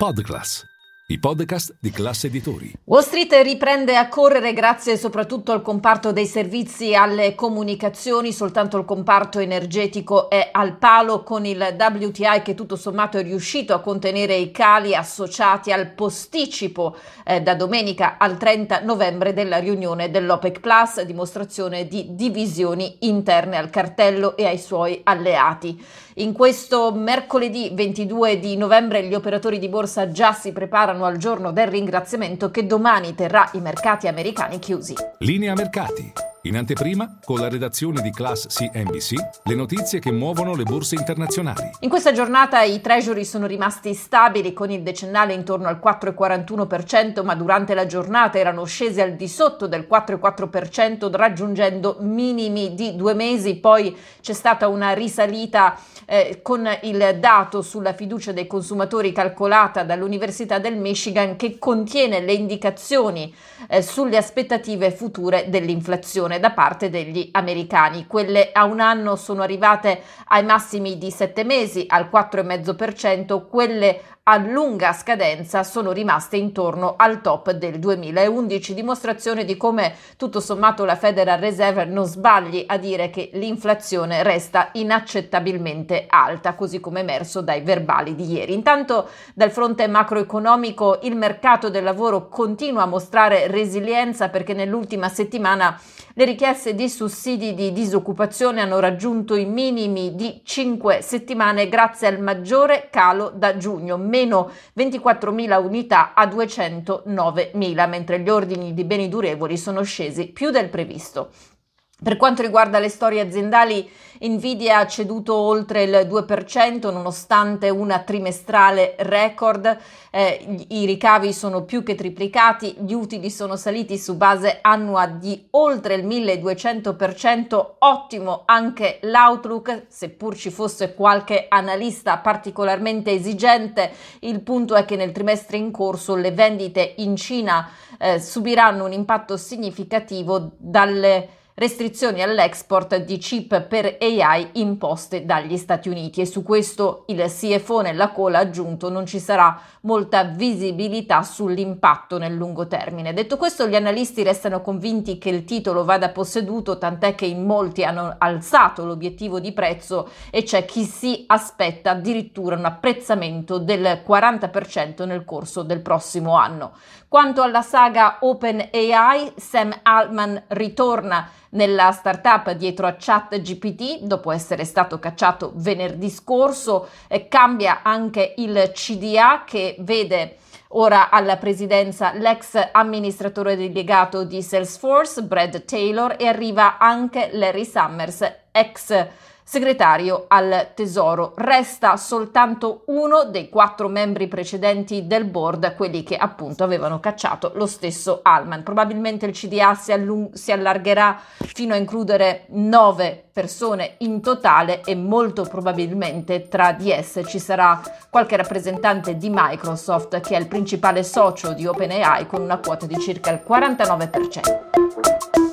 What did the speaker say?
Podclass, i podcast di Class Editori. Wall Street riprende a correre grazie soprattutto al comparto dei servizi alle comunicazioni. Soltanto il comparto energetico è al palo, con il WTI che tutto sommato è riuscito a contenere i cali associati al posticipo da domenica al 30 novembre della riunione dell'OPEC Plus, dimostrazione di divisioni interne al cartello e ai suoi alleati. In questo mercoledì 22 di novembre gli operatori di borsa già si preparano al giorno del ringraziamento che domani terrà i mercati americani chiusi. Linea mercati. In anteprima, con la redazione di Class CNBC, le notizie che muovono le borse internazionali. In questa giornata i treasury sono rimasti stabili, con il decennale intorno al 4,41%, ma durante la giornata erano scesi al di sotto del 4,4%, raggiungendo minimi di 2 mesi. Poi c'è stata una risalita con il dato sulla fiducia dei consumatori calcolata dall'Università del Michigan, che contiene le indicazioni sulle aspettative future dell'inflazione da parte degli americani. Quelle a un anno sono arrivate ai massimi di 7 mesi, al 4,5%, quelle a lunga scadenza sono rimaste intorno al top del 2011, dimostrazione di come tutto sommato la Federal Reserve non sbagli a dire che l'inflazione resta inaccettabilmente alta, così come emerso dai verbali di ieri. Intanto dal fronte macroeconomico il mercato del lavoro continua a mostrare resilienza, perché nell'ultima settimana le richieste di sussidi di disoccupazione hanno raggiunto i minimi di 5 settimane grazie al maggiore calo da giugno, meno 24.000 unità a 209.000, mentre gli ordini di beni durevoli sono scesi più del previsto. Per quanto riguarda le storie aziendali, Nvidia ha ceduto oltre il 2% nonostante una trimestrale record. I ricavi sono più che triplicati, gli utili sono saliti su base annua di oltre il 1200%, ottimo anche l'outlook, seppur ci fosse qualche analista particolarmente esigente. Il punto è che nel trimestre in corso le vendite in Cina subiranno un impatto significativo dalle restrizioni all'export di chip per AI imposte dagli Stati Uniti, e su questo il CFO nella call ha aggiunto non ci sarà molta visibilità sull'impatto nel lungo termine. Detto questo, gli analisti restano convinti che il titolo vada posseduto, tant'è che in molti hanno alzato l'obiettivo di prezzo e c'è chi si aspetta addirittura un apprezzamento del 40% nel corso del prossimo anno. Quanto alla saga OpenAI, Sam Altman ritorna nella startup dietro a ChatGPT dopo essere stato cacciato venerdì scorso. Cambia anche il CDA, che vede ora alla presidenza l'ex amministratore delegato di Salesforce Brad Taylor, e arriva anche Larry Summers, ex segretario al Tesoro. Resta soltanto uno dei 4 membri precedenti del board, quelli che appunto avevano cacciato lo stesso Altman. Probabilmente il CDA si allargherà fino a includere 9 persone in totale, e molto probabilmente tra di esse ci sarà qualche rappresentante di Microsoft, che è il principale socio di OpenAI con una quota di circa il 49%.